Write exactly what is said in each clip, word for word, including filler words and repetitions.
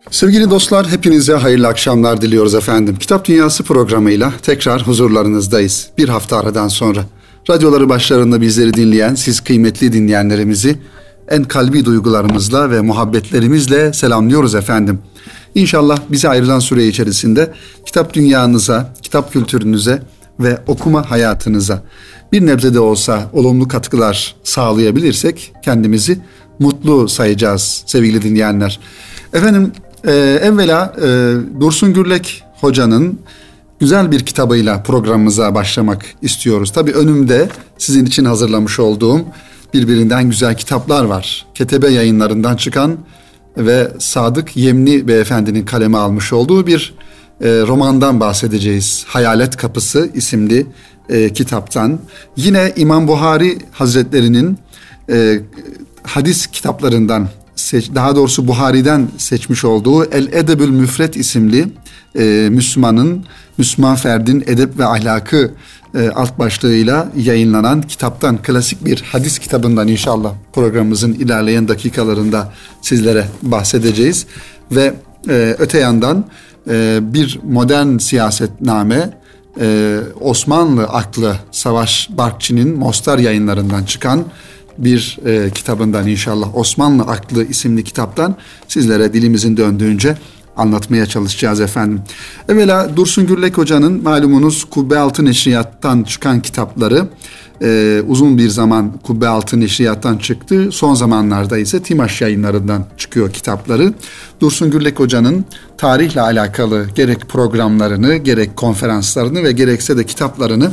Sevgili dostlar, hepinize hayırlı akşamlar diliyoruz efendim. Kitap Dünyası programıyla tekrar huzurlarınızdayız. Bir hafta aradan sonra. Radyoları başlarında bizleri dinleyen siz kıymetli dinleyenlerimizi en kalbi duygularımızla ve muhabbetlerimizle selamlıyoruz efendim. İnşallah bize ayrılan süre içerisinde kitap dünyanıza, kitap kültürünüze ve okuma hayatınıza bir nebze de olsa olumlu katkılar sağlayabilirsek kendimizi mutlu sayacağız sevgili dinleyenler. Efendim e, evvela e, Dursun Gürlek Hoca'nın güzel bir kitabıyla programımıza başlamak istiyoruz. Tabii önümde sizin için hazırlamış olduğum birbirinden güzel kitaplar var. Ketebe Yayınlarından çıkan ve Sadık Yemni Beyefendinin kaleme almış olduğu bir e, romandan bahsedeceğiz. Hayalet Kapısı isimli e, kitaptan. Yine İmam Buhari Hazretleri'nin e, hadis kitaplarından, seç, daha doğrusu Buhari'den seçmiş olduğu El Edebül Müfret isimli e, Müslümanın, Müslüman ferdin edep ve ahlakı e, alt başlığıyla yayınlanan kitaptan, klasik bir hadis kitabından inşallah programımızın ilerleyen dakikalarında sizlere bahsedeceğiz. Ve e, öte yandan e, bir modern siyasetname, e, Osmanlı aklı Savaş Barkçı'nın Mostar Yayınlarından çıkan bir e, kitabından inşallah Osmanlı Aklı isimli kitaptan sizlere dilimizin döndüğünce anlatmaya çalışacağız efendim. Evvela Dursun Gürlek Hoca'nın malumunuz Kubbe-Altı Neşriyat'tan çıkan kitapları e, uzun bir zaman Kubbe-Altı Neşriyat'tan çıktı. Son zamanlarda ise Timaş Yayınlarından çıkıyor kitapları. Dursun Gürlek Hoca'nın tarihle alakalı gerek programlarını, gerek konferanslarını ve gerekse de kitaplarını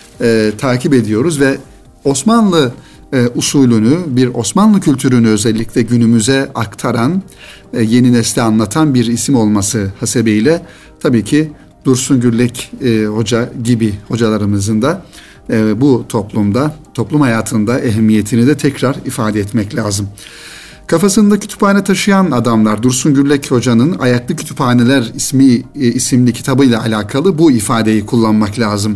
e, takip ediyoruz ve Osmanlı E, usulünü, bir Osmanlı kültürünü özellikle günümüze aktaran, e, yeni nesle anlatan bir isim olması hasebiyle tabii ki Dursun Gürlek e, Hoca gibi hocalarımızın da e, bu toplumda, toplum hayatında ehemmiyetini de tekrar ifade etmek lazım. Kafasında kütüphane taşıyan adamlar, Dursun Gürlek Hoca'nın Ayaklı Kütüphaneler ismi e, isimli kitabıyla alakalı bu ifadeyi kullanmak lazım.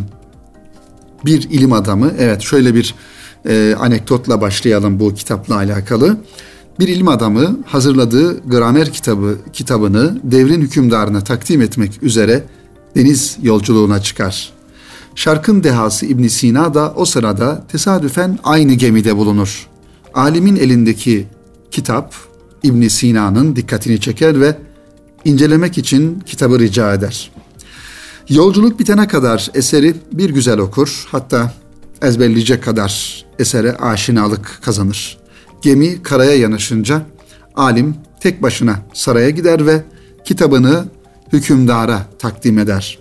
Bir ilim adamı, evet şöyle bir Ee, anekdotla başlayalım bu kitapla alakalı. Bir ilim adamı hazırladığı gramer kitabı kitabını devrin hükümdarına takdim etmek üzere deniz yolculuğuna çıkar. Şarkın dehası İbn Sina da o sırada tesadüfen aynı gemide bulunur. Alimin elindeki kitap İbn Sina'nın dikkatini çeker ve incelemek için kitabı rica eder. Yolculuk bitene kadar eseri bir güzel okur, hatta ezberleyecek kadar esere aşinalık kazanır. Gemi karaya yanaşınca alim tek başına saraya gider ve kitabını hükümdara takdim eder.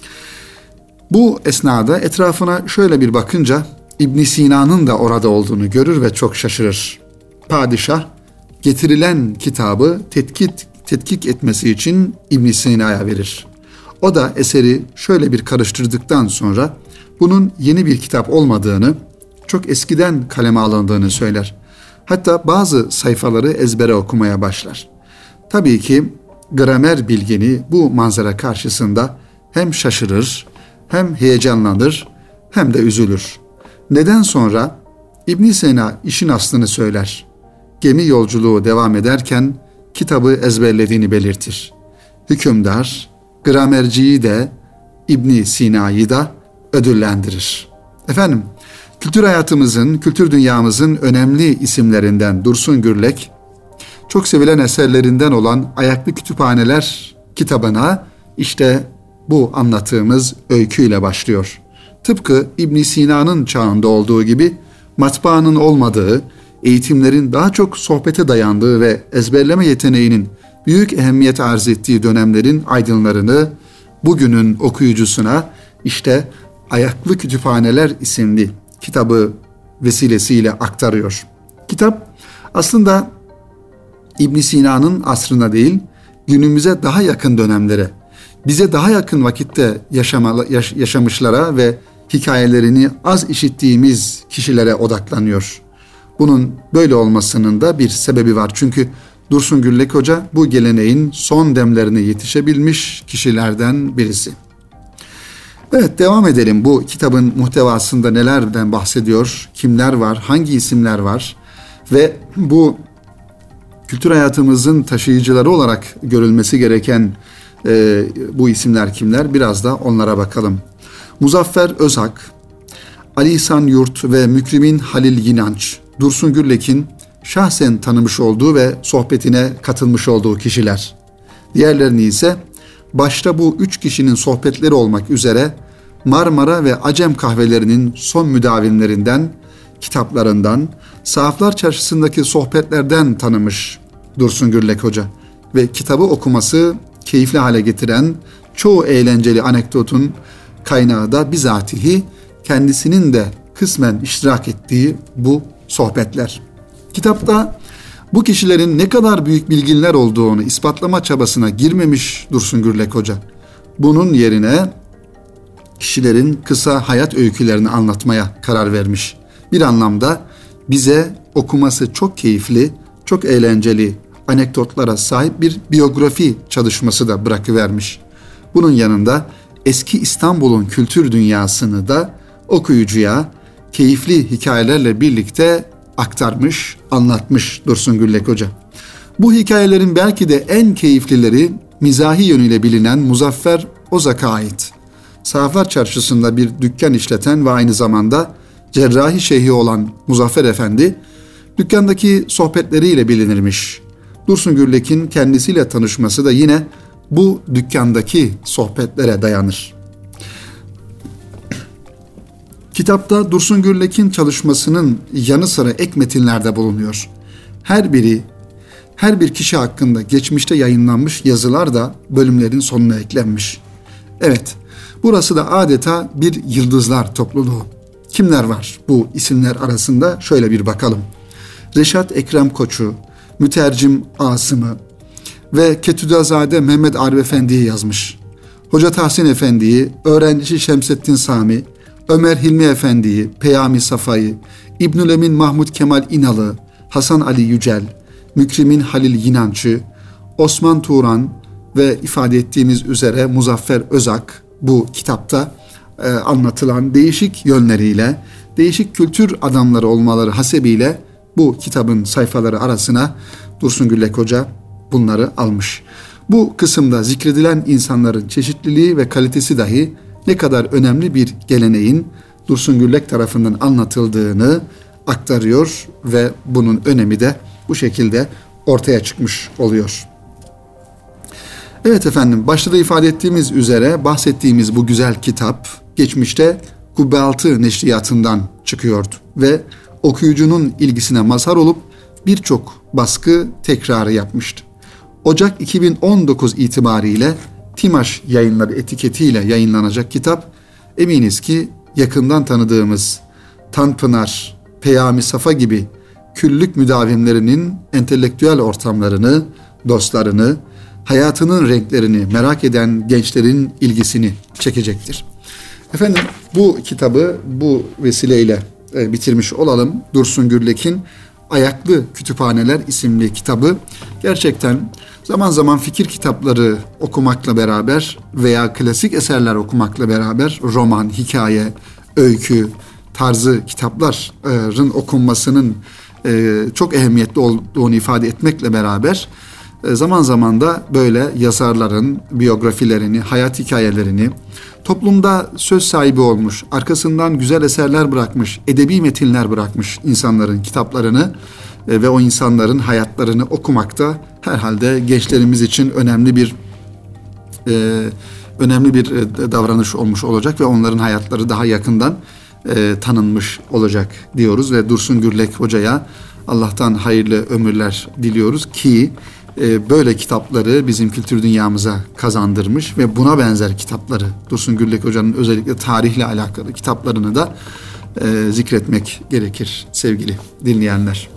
Bu esnada etrafına şöyle bir bakınca İbn Sina'nın da orada olduğunu görür ve çok şaşırır. Padişah getirilen kitabı tetkik, tetkik etmesi için İbn Sina'ya verir. O da eseri şöyle bir karıştırdıktan sonra bunun yeni bir kitap olmadığını, çok eskiden kaleme alındığını söyler. Hatta bazı sayfaları ezbere okumaya başlar. Tabii ki gramer bilgini bu manzara karşısında hem şaşırır, hem heyecanlanır, hem de üzülür. Neden sonra İbn Sina işin aslını söyler. Gemi yolculuğu devam ederken kitabı ezberlediğini belirtir. Hükümdar, gramerciyi de İbn Sina'yı da ödüllendirir. Efendim, kültür hayatımızın, kültür dünyamızın önemli isimlerinden Dursun Gürlek, çok sevilen eserlerinden olan Ayaklı Kütüphaneler kitabına işte bu anlattığımız öyküyle başlıyor. Tıpkı İbn Sina'nın çağında olduğu gibi matbaanın olmadığı, eğitimlerin daha çok sohbete dayandığı ve ezberleme yeteneğinin büyük ehemmiyet arz ettiği dönemlerin aydınlarını bugünün okuyucusuna işte Ayaklı Kütüphaneler isimli kitabı vesilesiyle aktarıyor. Kitap aslında İbn Sina'nın asrına değil, günümüze daha yakın dönemlere, bize daha yakın vakitte yaşamalı, yaş, yaşamışlara ve hikayelerini az işittiğimiz kişilere odaklanıyor. Bunun böyle olmasının da bir sebebi var. Çünkü Dursun Gürlek Hoca bu geleneğin son demlerine yetişebilmiş kişilerden birisi. Evet, devam edelim. Bu kitabın muhtevasında nelerden bahsediyor, kimler var, hangi isimler var ve bu kültür hayatımızın taşıyıcıları olarak görülmesi gereken e, bu isimler kimler? Biraz da onlara bakalım. Muzaffer Özak, Ali İhsan Yurt ve Mükrimin Halil Yinanç, Dursun Gürlek'in şahsen tanımış olduğu ve sohbetine katılmış olduğu kişiler. Diğerlerini ise başta bu üç kişinin sohbetleri olmak üzere Marmara ve Acem kahvelerinin son müdavimlerinden, kitaplarından, Sahaflar Çarşısı'ndaki sohbetlerden tanımış Dursun Gürlek Hoca. Ve kitabı okuması keyifli hale getiren çoğu eğlenceli anekdotun kaynağı da bizatihi kendisinin de kısmen iştirak ettiği bu sohbetler. Kitapta bu kişilerin ne kadar büyük bilginler olduğunu ispatlama çabasına girmemiş Dursun Gürlek Hoca. Bunun yerine kişilerin kısa hayat öykülerini anlatmaya karar vermiş. Bir anlamda bize okuması çok keyifli, çok eğlenceli anekdotlara sahip bir biyografi çalışması da bırakıvermiş. Bunun yanında eski İstanbul'un kültür dünyasını da okuyucuya keyifli hikayelerle birlikte aktarmış, anlatmış Dursun Gürlek Hoca. Bu hikayelerin belki de en keyiflileri mizahi yönüyle bilinen Muzaffer Özak'a ait. Sahaflar Çarşısı'nda bir dükkan işleten ve aynı zamanda cerrahi şeyhi olan Muzaffer Efendi, dükkandaki sohbetleriyle bilinirmiş. Dursun Gürlek'in kendisiyle tanışması da yine bu dükkandaki sohbetlere dayanır. Kitapta Dursun Gürlek'in çalışmasının yanı sıra ek metinlerde bulunuyor. Her biri, her bir kişi hakkında geçmişte yayınlanmış yazılar da bölümlerin sonuna eklenmiş. Evet, burası da adeta bir yıldızlar topluluğu. Kimler var bu isimler arasında? Şöyle bir bakalım. Reşat Ekrem Koçu, Mütercim Asım'ı ve Ketüdazade Mehmet Arif Efendi'yi yazmış. Hoca Tahsin Efendi'yi, öğrencisi Şemsettin Sami, Ömer Hilmi Efendi'yi, Peyami Safa'yı, İbnül Emin Mahmud Kemal İnalı, Hasan Ali Yücel, Mükrimin Halil Yinanç'ı, Osman Turan ve ifade ettiğimiz üzere Muzaffer Özak bu kitapta e, anlatılan değişik yönleriyle, değişik kültür adamları olmaları hasebiyle bu kitabın sayfaları arasına Dursun Gürlek Hoca bunları almış. Bu kısımda zikredilen insanların çeşitliliği ve kalitesi dahi ne kadar önemli bir geleneğin Dursun Gürlek tarafından anlatıldığını aktarıyor ve bunun önemi de bu şekilde ortaya çıkmış oluyor. Evet efendim, başta da ifade ettiğimiz üzere bahsettiğimiz bu güzel kitap geçmişte Kubbealtı Neşriyatı'ndan çıkıyordu ve okuyucunun ilgisine mazhar olup birçok baskı tekrarı yapmıştı. Ocak iki bin on dokuz itibariyle Timaş Yayınları etiketiyle yayınlanacak kitap, eminiz ki yakından tanıdığımız Tanpınar, Peyami Safa gibi küllük müdavimlerinin entelektüel ortamlarını, dostlarını, hayatının renklerini merak eden gençlerin ilgisini çekecektir. Efendim, bu kitabı bu vesileyle e, bitirmiş olalım. Dursun Gürlek'in Ayaklı Kütüphaneler isimli kitabı gerçekten zaman zaman fikir kitapları okumakla beraber veya klasik eserler okumakla beraber roman, hikaye, öykü tarzı kitapların okunmasının e, çok ehemmiyetli olduğunu ifade etmekle beraber e, zaman zaman da böyle yazarların biyografilerini, hayat hikayelerini, toplumda söz sahibi olmuş, arkasından güzel eserler bırakmış, edebi metinler bırakmış insanların kitaplarını e, ve o insanların hayatlarını okumakta herhalde gençlerimiz için önemli bir e, önemli bir e, davranış olmuş olacak ve onların hayatları daha yakından e, tanınmış olacak diyoruz ve Dursun Gürlek Hoca'ya Allah'tan hayırlı ömürler diliyoruz ki e, böyle kitapları bizim kültür dünyamıza kazandırmış ve buna benzer kitapları, Dursun Gürlek Hoca'nın özellikle tarihle alakalı kitaplarını da e, zikretmek gerekir sevgili dinleyenler.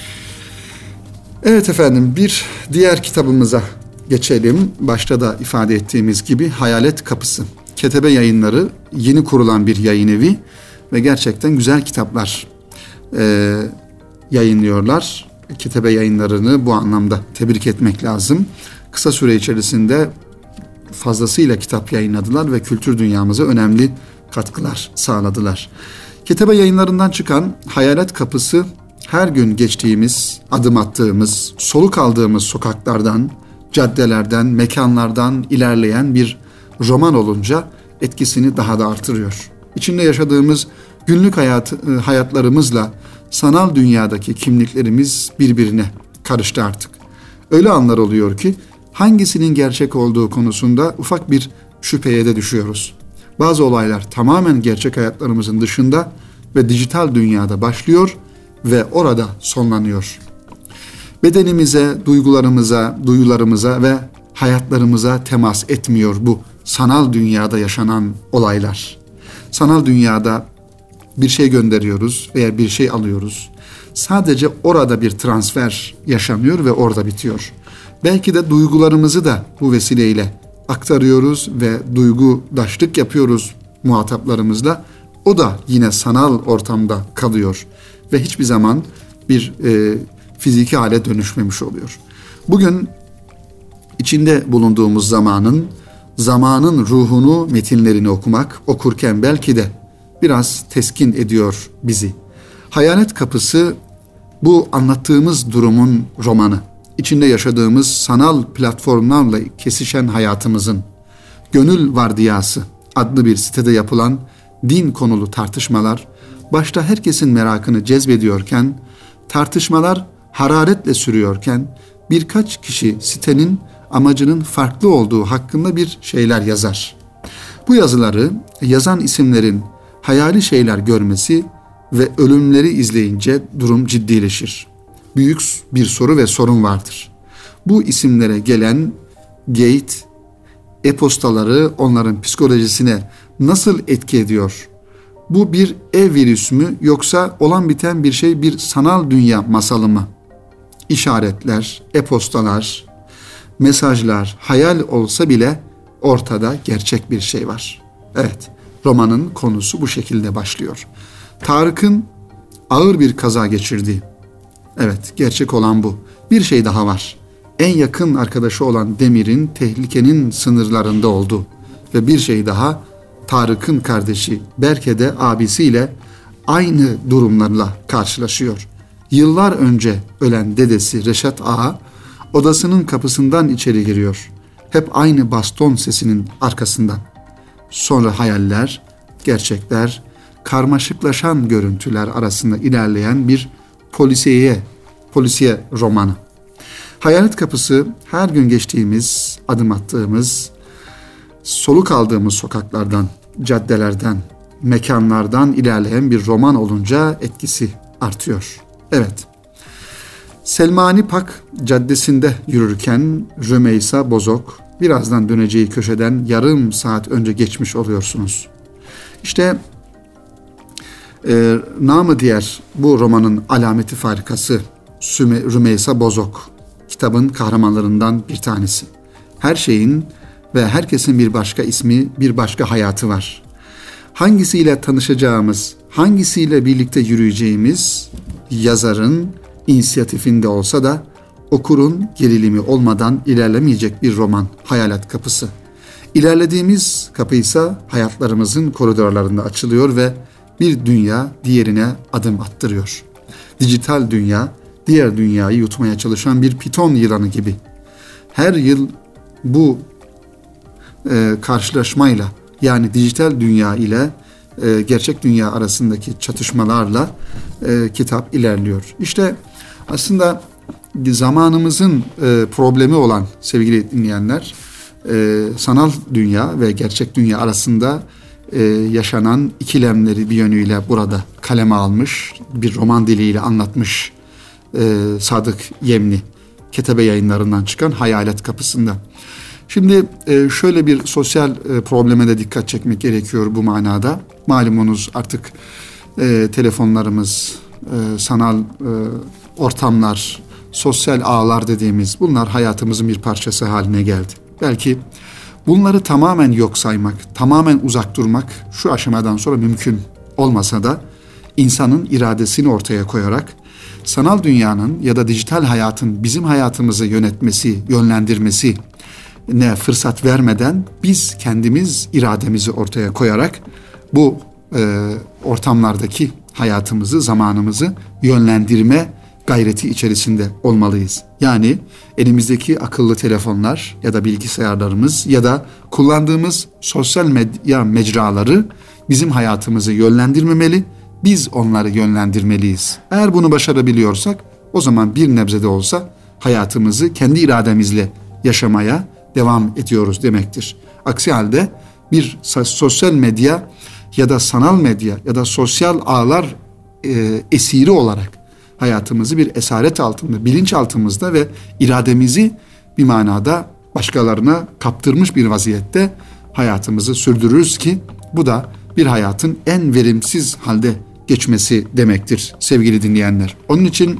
Evet efendim, bir diğer kitabımıza geçelim. Başta da ifade ettiğimiz gibi Hayalet Kapısı. Ketebe Yayınları yeni kurulan bir yayın evi ve gerçekten güzel kitaplar e, yayınlıyorlar. Ketebe Yayınları'nı bu anlamda tebrik etmek lazım. Kısa süre içerisinde fazlasıyla kitap yayınladılar ve kültür dünyamıza önemli katkılar sağladılar. Ketebe Yayınları'ndan çıkan Hayalet Kapısı her gün geçtiğimiz, adım attığımız, soluk aldığımız sokaklardan, caddelerden, mekanlardan ilerleyen bir roman olunca etkisini daha da artırıyor. İçinde yaşadığımız günlük hayat, hayatlarımızla sanal dünyadaki kimliklerimiz birbirine karıştı artık. Öyle anlar oluyor ki hangisinin gerçek olduğu konusunda ufak bir şüpheye de düşüyoruz. Bazı olaylar tamamen gerçek hayatlarımızın dışında ve dijital dünyada başlıyor ve orada sonlanıyor. Bedenimize, duygularımıza, duyularımıza ve hayatlarımıza temas etmiyor bu sanal dünyada yaşanan olaylar. Sanal dünyada bir şey gönderiyoruz veya bir şey alıyoruz. Sadece orada bir transfer yaşanıyor ve orada bitiyor. Belki de duygularımızı da bu vesileyle aktarıyoruz ve duygudaşlık yapıyoruz muhataplarımızla. O da yine sanal ortamda kalıyor ve hiçbir zaman bir e, fiziki hale dönüşmemiş oluyor. Bugün içinde bulunduğumuz zamanın, zamanın ruhunu, metinlerini okumak, okurken belki de biraz teskin ediyor bizi. Hayalet Kapısı bu anlattığımız durumun romanı. İçinde yaşadığımız sanal platformlarla kesişen hayatımızın Gönül Vardiyası adlı bir sitede yapılan din konulu tartışmalar başta herkesin merakını cezbediyorken, tartışmalar hararetle sürüyorken birkaç kişi sitenin amacının farklı olduğu hakkında bir şeyler yazar. Bu yazıları yazan isimlerin hayali şeyler görmesi ve ölümleri izleyince durum ciddileşir. Büyük bir soru ve sorun vardır. Bu isimlere gelen gate, e-postaları onların psikolojisine nasıl etki ediyor? Bu bir e-virüs mü yoksa olan biten bir şey bir sanal dünya masalı mı? İşaretler, e-postalar, mesajlar hayal olsa bile ortada gerçek bir şey var. Evet, romanın konusu bu şekilde başlıyor. Tarık'ın ağır bir kaza geçirdiği, evet gerçek olan bu. Bir şey daha var. En yakın arkadaşı olan Demir'in tehlikenin sınırlarında olduğu ve bir şey daha, Tarık'ın kardeşi Berke de abisiyle aynı durumlarla karşılaşıyor. Yıllar önce ölen dedesi Reşat Ağa odasının kapısından içeri giriyor. Hep aynı baston sesinin arkasından. Sonra hayaller, gerçekler, karmaşıklaşan görüntüler arasında ilerleyen bir polisiye, polisiye romanı. Hayalet Kapısı her gün geçtiğimiz, adım attığımız, soluk aldığımız sokaklardan, caddelerden, mekanlardan ilerleyen bir roman olunca etkisi artıyor. Evet, Selmani Pak Caddesi'nde yürürken Rümeysa Bozok, birazdan döneceği köşeden yarım saat önce geçmiş oluyorsunuz. İşte e, namı diğer bu romanın alameti farikası Süme, Rümeysa Bozok, kitabın kahramanlarından bir tanesi. Her şeyin ve herkesin bir başka ismi, bir başka hayatı var. Hangisiyle tanışacağımız, hangisiyle birlikte yürüyeceğimiz yazarın inisiyatifinde olsa da okurun gerilimi olmadan ilerlemeyecek bir roman Hayalet Kapısı. İlerlediğimiz kapı ise hayatlarımızın koridorlarında açılıyor ve bir dünya diğerine adım attırıyor. Dijital dünya diğer dünyayı yutmaya çalışan bir piton yılanı gibi. Her yıl bu e, karşılaşmayla, yani dijital dünya ile e, gerçek dünya arasındaki çatışmalarla e, kitap ilerliyor. İşte aslında zamanımızın e, problemi olan sevgili dinleyenler, e, sanal dünya ve gerçek dünya arasında e, yaşanan ikilemleri bir yönüyle burada kaleme almış, bir roman diliyle anlatmış e, Sadık Yemni, Ketebe Yayınlarından çıkan Hayalet Kapısı'nda. Şimdi e, şöyle bir sosyal e, probleme de dikkat çekmek gerekiyor bu manada. Malumunuz artık e, telefonlarımız, e, sanal e, ortamlar, sosyal ağlar dediğimiz bunlar hayatımızın bir parçası haline geldi. Belki bunları tamamen yok saymak, tamamen uzak durmak şu aşamadan sonra mümkün olmasa da insanın iradesini ortaya koyarak sanal dünyanın ya da dijital hayatın bizim hayatımızı yönetmesi, yönlendirmesi ne fırsat vermeden biz kendimiz irademizi ortaya koyarak bu e, ortamlardaki hayatımızı, zamanımızı yönlendirme gayreti içerisinde olmalıyız. Yani elimizdeki akıllı telefonlar ya da bilgisayarlarımız ya da kullandığımız sosyal medya mecraları bizim hayatımızı yönlendirmemeli, biz onları yönlendirmeliyiz. Eğer bunu başarabiliyorsak o zaman bir nebze de olsa hayatımızı kendi irademizle yaşamaya devam ediyoruz demektir. Aksi halde bir sosyal medya ya da sanal medya ya da sosyal ağlar e, esiri olarak hayatımızı bir esaret altında, bilinç altımızda ve irademizi bir manada başkalarına kaptırmış bir vaziyette hayatımızı sürdürürüz ki bu da bir hayatın en verimsiz halde geçmesi demektir sevgili dinleyenler. Onun için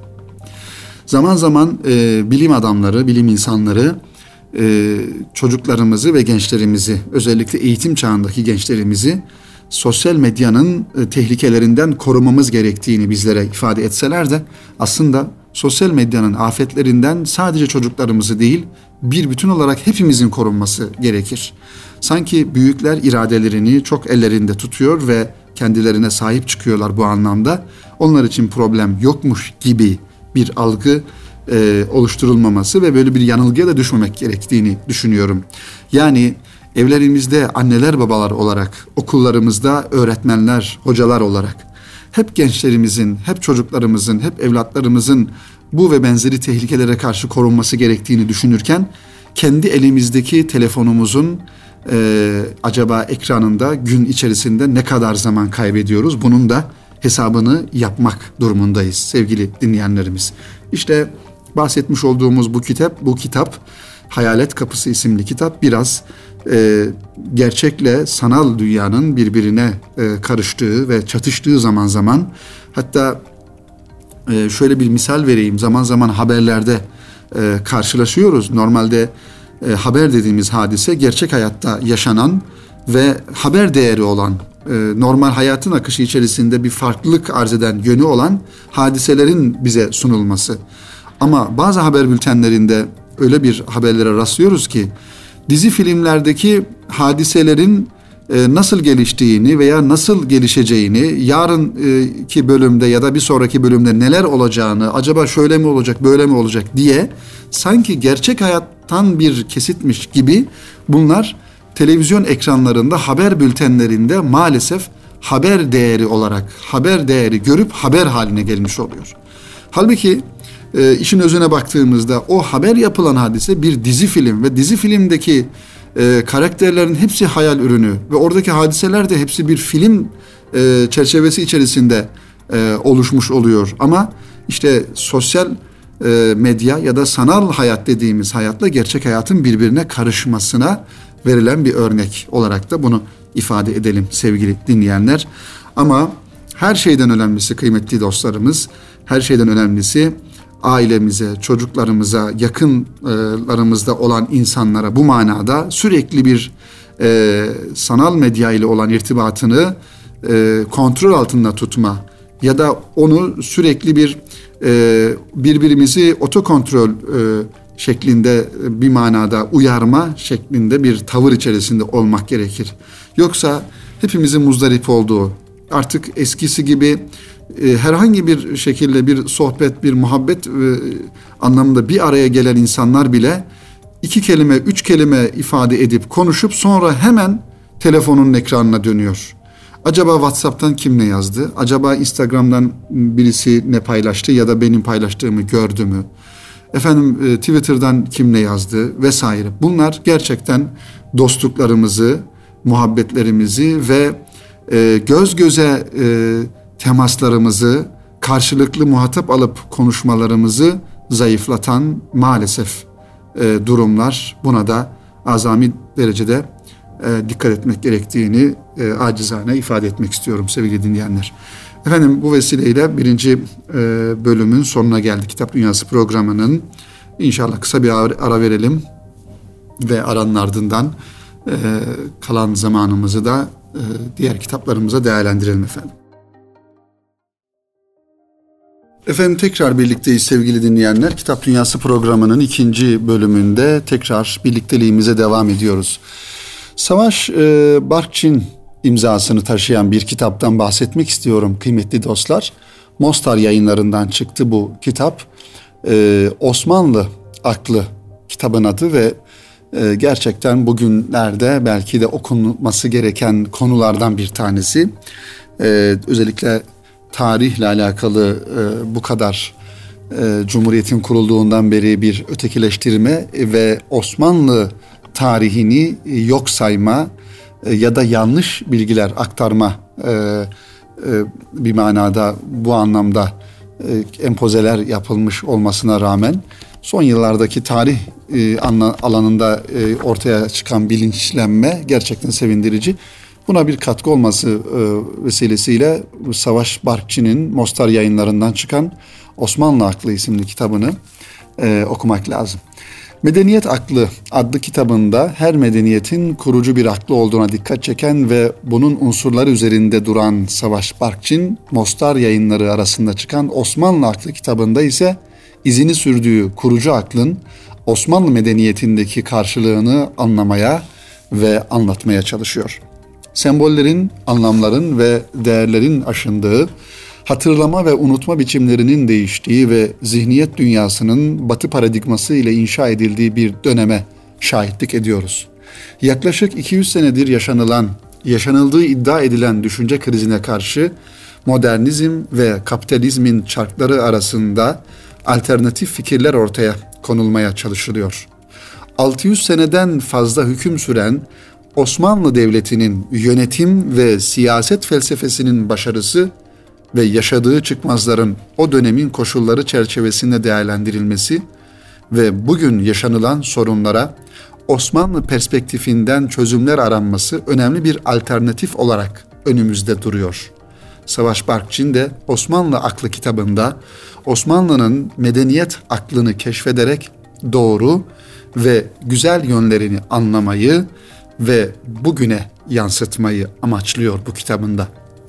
zaman zaman e, bilim adamları, bilim insanları e, çocuklarımızı ve gençlerimizi, özellikle eğitim çağındaki gençlerimizi sosyal medyanın e, tehlikelerinden korumamız gerektiğini bizlere ifade etseler de aslında sosyal medyanın afetlerinden sadece çocuklarımızı değil, bir bütün olarak hepimizin korunması gerekir. Sanki büyükler iradelerini çok ellerinde tutuyor ve kendilerine sahip çıkıyorlar bu anlamda. Onlar için problem yokmuş gibi bir algı e, oluşturulmaması ve böyle bir yanılgıya da düşmemek gerektiğini düşünüyorum. Yani evlerimizde anneler babalar olarak, okullarımızda öğretmenler, hocalar olarak hep gençlerimizin, hep çocuklarımızın, hep evlatlarımızın bu ve benzeri tehlikelere karşı korunması gerektiğini düşünürken kendi elimizdeki telefonumuzun e, acaba ekranında gün içerisinde ne kadar zaman kaybediyoruz? Bunun da hesabını yapmak durumundayız sevgili dinleyenlerimiz. İşte bahsetmiş olduğumuz bu kitap, bu kitap Hayalet Kapısı isimli kitap biraz e, gerçekle sanal dünyanın birbirine e, karıştığı ve çatıştığı zaman zaman, hatta e, şöyle bir misal vereyim, zaman zaman haberlerde e, karşılaşıyoruz. Normalde e, haber dediğimiz hadise gerçek hayatta yaşanan ve haber değeri olan, e, normal hayatın akışı içerisinde bir farklılık arz eden yönü olan hadiselerin bize sunulması. Ama bazı haber bültenlerinde öyle bir haberlere rastlıyoruz ki dizi filmlerdeki hadiselerin e, nasıl geliştiğini veya nasıl gelişeceğini, yarınki bölümde ya da bir sonraki bölümde neler olacağını, acaba şöyle mi olacak, böyle mi olacak diye sanki gerçek hayattan bir kesitmiş gibi bunlar televizyon ekranlarında, haber bültenlerinde maalesef haber değeri olarak, haber değeri görüp haber haline gelmiş oluyor. Halbuki e, işin özüne baktığımızda o haber yapılan hadise bir dizi film ve dizi filmdeki e, karakterlerin hepsi hayal ürünü ve oradaki hadiseler de hepsi bir film e, çerçevesi içerisinde e, oluşmuş oluyor. Ama işte sosyal e, medya ya da sanal hayat dediğimiz hayatla gerçek hayatın birbirine karışmasına verilen bir örnek olarak da bunu ifade edelim sevgili dinleyenler. Ama her şeyden önemlisi kıymetli dostlarımız, her şeyden önemlisi ailemize, çocuklarımıza, yakınlarımızda olan insanlara bu manada sürekli bir e, sanal medya ile olan irtibatını e, kontrol altında tutma ya da onu sürekli bir e, birbirimizi otokontrol e, şeklinde bir manada uyarma şeklinde bir tavır içerisinde olmak gerekir. Yoksa hepimizin muzdarip olduğu, artık eskisi gibi e, herhangi bir şekilde bir sohbet, bir muhabbet e, anlamında bir araya gelen insanlar bile iki kelime, üç kelime ifade edip konuşup sonra hemen telefonun ekranına dönüyor. Acaba WhatsApp'tan kim ne yazdı? Acaba Instagram'dan birisi ne paylaştı ya da benim paylaştığımı gördü mü? Efendim Twitter'dan kim ne yazdı vesaire. Bunlar gerçekten dostluklarımızı, muhabbetlerimizi ve e, göz göze e, temaslarımızı, karşılıklı muhatap alıp konuşmalarımızı zayıflatan maalesef e, durumlar. Buna da azami derecede e, dikkat etmek gerektiğini e, acizane ifade etmek istiyorum sevgili dinleyenler. Efendim bu vesileyle birinci e, bölümün sonuna geldik. Kitap Dünyası programının. İnşallah kısa bir ara verelim ve aranın ardından e, kalan zamanımızı da e, diğer kitaplarımıza değerlendirelim efendim. Efendim tekrar birlikteyiz sevgili dinleyenler. Kitap Dünyası programının ikinci bölümünde tekrar birlikteliğimize devam ediyoruz. Savaş e, Barkçin imzasını taşıyan bir kitaptan bahsetmek istiyorum kıymetli dostlar. Mostar Yayınlarından çıktı bu kitap. Ee, Osmanlı Aklı kitabın adı ve e, gerçekten bugünlerde belki de okunması gereken konulardan bir tanesi. Ee, özellikle tarihle alakalı e, bu kadar e, Cumhuriyet'in kurulduğundan beri bir ötekileştirme ve Osmanlı tarihini yok sayma e, ya da yanlış bilgiler aktarma e, e, bir manada bu anlamda e, empozeler yapılmış olmasına rağmen son yıllardaki tarih e, alanında e, ortaya çıkan bilinçlenme gerçekten sevindirici. Buna bir katkı olması e, vesilesiyle Savaş Barkçı'nın Mostar Yayınlarından çıkan Osmanlı Aklı isimli kitabını e, okumak lazım. Medeniyet Aklı adlı kitabında her medeniyetin kurucu bir aklı olduğuna dikkat çeken ve bunun unsurları üzerinde duran Savaş Barkçı'nın Mostar Yayınları arasında çıkan Osmanlı Aklı kitabında ise izini sürdüğü kurucu aklın Osmanlı medeniyetindeki karşılığını anlamaya ve anlatmaya çalışıyor. Sembollerin, anlamların ve değerlerin aşındığı, hatırlama ve unutma biçimlerinin değiştiği ve zihniyet dünyasının batı paradigması ile inşa edildiği bir döneme şahitlik ediyoruz. Yaklaşık iki yüz senedir yaşanılan, yaşanıldığı iddia edilen düşünce krizine karşı modernizm ve kapitalizmin çarkları arasında alternatif fikirler ortaya konulmaya çalışılıyor. altı yüz seneden fazla hüküm süren Osmanlı Devleti'nin yönetim ve siyaset felsefesinin başarısı ve yaşadığı çıkmazların o dönemin koşulları çerçevesinde değerlendirilmesi ve bugün yaşanılan sorunlara Osmanlı perspektifinden çözümler aranması önemli bir alternatif olarak önümüzde duruyor. Savaş Barkçı'nın de Osmanlı Aklı kitabında Osmanlı'nın medeniyet aklını keşfederek doğru ve güzel yönlerini anlamayı ve bugüne yansıtmayı amaçlıyor bu kitabında.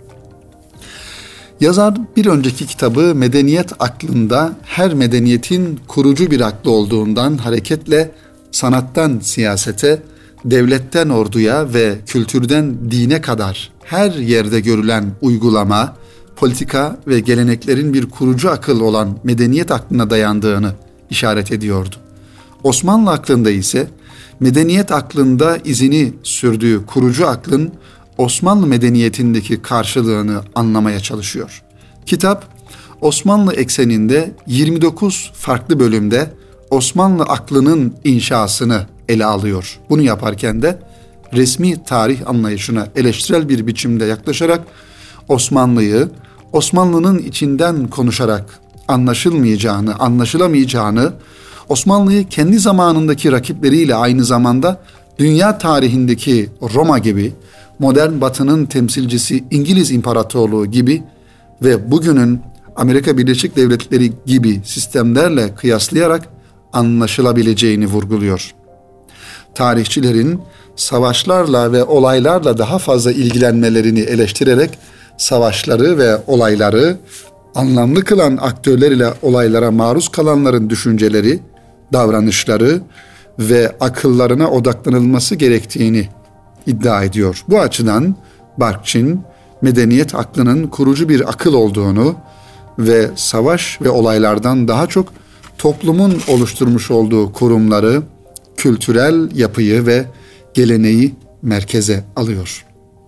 Yazar bir önceki kitabı medeniyet aklında her medeniyetin kurucu bir aklı olduğundan hareketle sanattan siyasete, devletten orduya ve kültürden dine kadar her yerde görülen uygulama, politika ve geleneklerin bir kurucu akıl olan medeniyet aklına dayandığını işaret ediyordu. Osmanlı aklında ise medeniyet aklında izini sürdüğü kurucu aklın Osmanlı medeniyetindeki karşılığını anlamaya çalışıyor. Kitap, Osmanlı ekseninde yirmi dokuz farklı bölümde Osmanlı aklının inşasını ele alıyor. Bunu yaparken de resmi tarih anlayışına eleştirel bir biçimde yaklaşarak Osmanlı'yı, Osmanlı'nın içinden konuşarak anlaşılmayacağını, anlaşılamayacağını, Osmanlı'yı kendi zamanındaki rakipleriyle aynı zamanda dünya tarihindeki Roma gibi, modern Batı'nın temsilcisi İngiliz İmparatorluğu gibi ve bugünün Amerika Birleşik Devletleri gibi sistemlerle kıyaslayarak anlaşılabileceğini vurguluyor. Tarihçilerin savaşlarla ve olaylarla daha fazla ilgilenmelerini eleştirerek savaşları ve olayları anlamlı kılan aktörler ile olaylara maruz kalanların düşünceleri, davranışları ve akıllarına odaklanılması gerektiğini iddia ediyor. Bu açıdan Barkçı'nın medeniyet aklının kurucu bir akıl olduğunu ve savaş ve olaylardan daha çok toplumun oluşturmuş olduğu kurumları, kültürel yapıyı ve geleneği merkeze alıyor.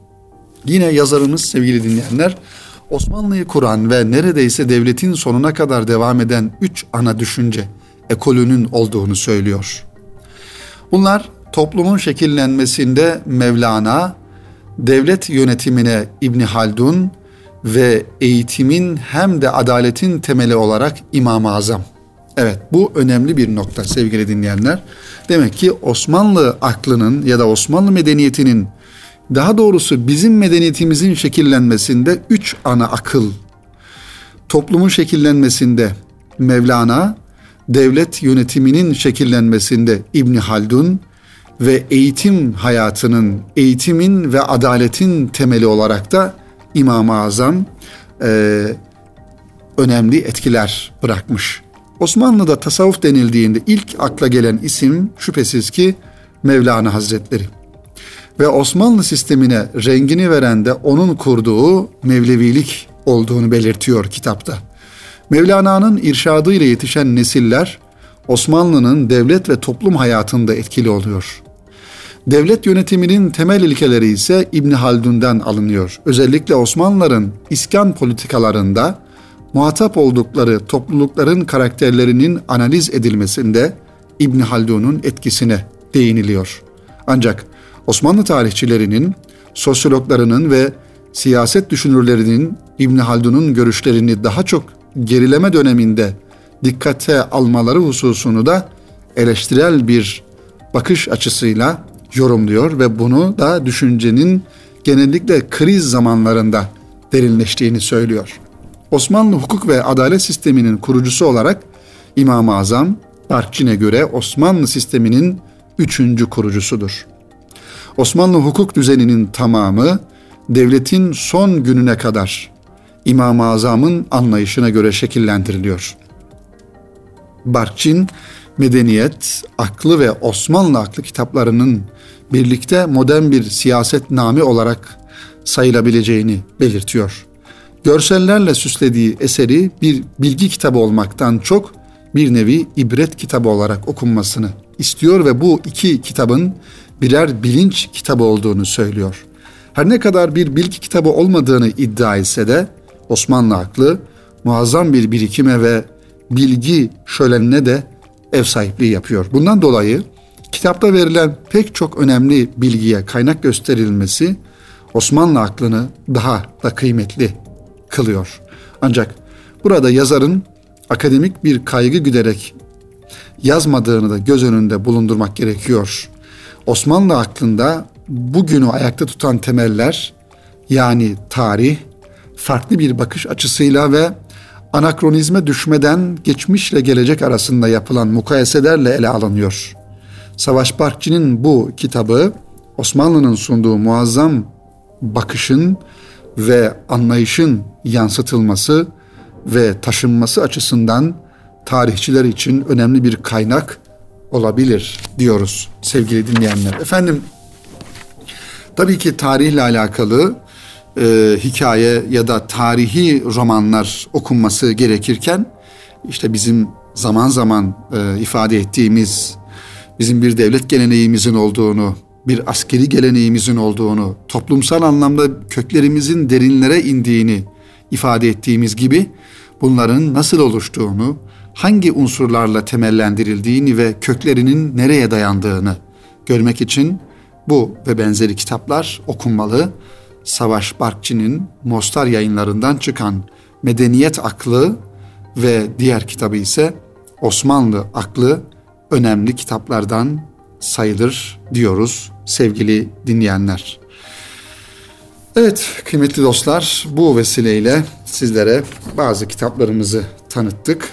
Yine yazarımız sevgili dinleyenler, Osmanlı'yı kuran ve neredeyse devletin sonuna kadar devam eden üç ana düşünce ekolünün olduğunu söylüyor. Bunlar toplumun şekillenmesinde Mevlana, devlet yönetimine İbn Haldun ve eğitimin hem de adaletin temeli olarak İmam-ı Azam. Evet, bu önemli bir nokta sevgili dinleyenler. Demek ki Osmanlı aklının ya da Osmanlı medeniyetinin, daha doğrusu bizim medeniyetimizin şekillenmesinde üç ana akıl. Toplumun şekillenmesinde Mevlana, devlet yönetiminin şekillenmesinde İbn Haldun ve eğitim hayatının, eğitimin ve adaletin temeli olarak da İmam-ı Azam e, önemli etkiler bırakmış. Osmanlı'da tasavvuf denildiğinde ilk akla gelen isim şüphesiz ki Mevlana Hazretleri. Ve Osmanlı sistemine rengini veren de onun kurduğu Mevlevilik olduğunu belirtiyor kitapta. Mevlana'nın irşadıyla yetişen nesiller Osmanlı'nın devlet ve toplum hayatında etkili oluyor. Devlet yönetiminin temel ilkeleri ise İbn Haldun'dan alınıyor. Özellikle Osmanlıların iskan politikalarında muhatap oldukları toplulukların karakterlerinin analiz edilmesinde İbn Haldun'un etkisine değiniliyor. Ancak Osmanlı tarihçilerinin, sosyologlarının ve siyaset düşünürlerinin İbn Haldun'un görüşlerini daha çok gerileme döneminde dikkate almaları hususunu da eleştirel bir bakış açısıyla yorumluyor ve bunu da düşüncenin genellikle kriz zamanlarında derinleştiğini söylüyor. Osmanlı hukuk ve adalet sisteminin kurucusu olarak İmam-ı Azam, Barkçin'e göre Osmanlı sisteminin üçüncü kurucusudur. Osmanlı hukuk düzeninin tamamı devletin son gününe kadar İmam-ı Azam'ın anlayışına göre şekillendiriliyor. Barkçin, Medeniyet, Aklı ve Osmanlı Aklı kitaplarının birlikte modern bir siyasetname olarak sayılabileceğini belirtiyor. Görsellerle süslediği eseri bir bilgi kitabı olmaktan çok bir nevi ibret kitabı olarak okunmasını istiyor ve bu iki kitabın birer bilinç kitabı olduğunu söylüyor. Her ne kadar bir bilgi kitabı olmadığını iddia etse de Osmanlı aklı muazzam bir birikime ve bilgi şölenine de ev sahipliği yapıyor. Bundan dolayı kitapta verilen pek çok önemli bilgiye kaynak gösterilmesi Osmanlı aklını daha da kıymetli kılıyor. Ancak burada yazarın akademik bir kaygı güderek yazmadığını da göz önünde bulundurmak gerekiyor. Osmanlı aklında bugünü ayakta tutan temeller, yani tarih, farklı bir bakış açısıyla ve anakronizme düşmeden geçmişle gelecek arasında yapılan mukayeselerle ele alınıyor. Savaş Barkçı'nın bu kitabı Osmanlı'nın sunduğu muazzam bakışın ve anlayışın yansıtılması ve taşınması açısından tarihçiler için önemli bir kaynak olabilir diyoruz sevgili dinleyenler. Efendim, tabii ki tarihle alakalı e, hikaye ya da tarihi romanlar okunması gerekirken işte bizim zaman zaman e, ifade ettiğimiz, bizim bir devlet geleneğimizin olduğunu, bir askeri geleneğimizin olduğunu, toplumsal anlamda köklerimizin derinlere indiğini ifade ettiğimiz gibi bunların nasıl oluştuğunu, hangi unsurlarla temellendirildiğini ve köklerinin nereye dayandığını görmek için bu ve benzeri kitaplar okunmalı. Savaş Barkçı'nın Mostar Yayınlarından çıkan Medeniyet Aklı ve diğer kitabı ise Osmanlı Aklı önemli kitaplardan sayılır diyoruz sevgili dinleyenler. Evet kıymetli dostlar, bu vesileyle sizlere bazı kitaplarımızı tanıttık.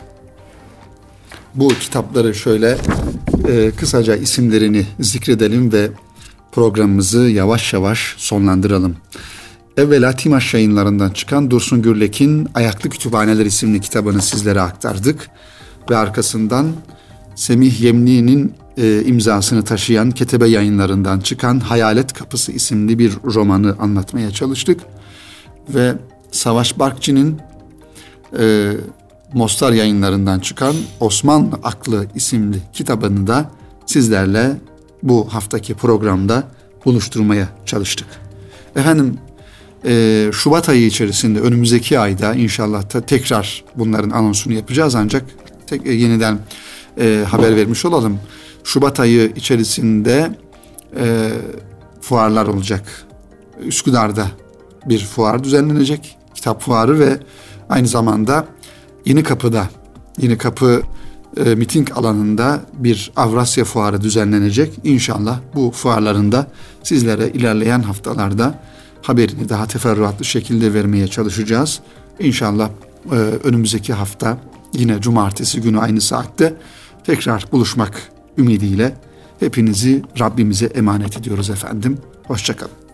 Bu kitapları şöyle e, kısaca isimlerini zikredelim ve programımızı yavaş yavaş sonlandıralım. Evvela Timaş Yayınlarından çıkan Dursun Gürlek'in Ayaklı Kütüphaneler isimli kitabını sizlere aktardık. Ve arkasından Semih Yemni'nin e, imzasını taşıyan Ketebe Yayınlarından çıkan Hayalet Kapısı isimli bir romanı anlatmaya çalıştık. Ve Savaş Barkçı'nın e, Mostar Yayınlarından çıkan Osmanlı Aklı isimli kitabını da sizlerle bu haftaki programda buluşturmaya çalıştık. Efendim e, Şubat ayı içerisinde önümüzdeki ayda inşallah ta, tekrar bunların anonsunu yapacağız, ancak tek, e, yeniden e, haber vermiş olalım. Şubat ayı içerisinde e, fuarlar olacak. Üsküdar'da bir fuar düzenlenecek, kitap fuarı ve aynı zamanda Yenikapı'da, Yenikapı e, miting alanında bir Avrasya fuarı düzenlenecek. İnşallah bu fuarlarında sizlere ilerleyen haftalarda haberini daha teferruatlı şekilde vermeye çalışacağız. İnşallah e, önümüzdeki hafta yine cumartesi günü aynı saatte tekrar buluşmak ümidiyle hepinizi Rabbimize emanet ediyoruz efendim. Hoşça kalın.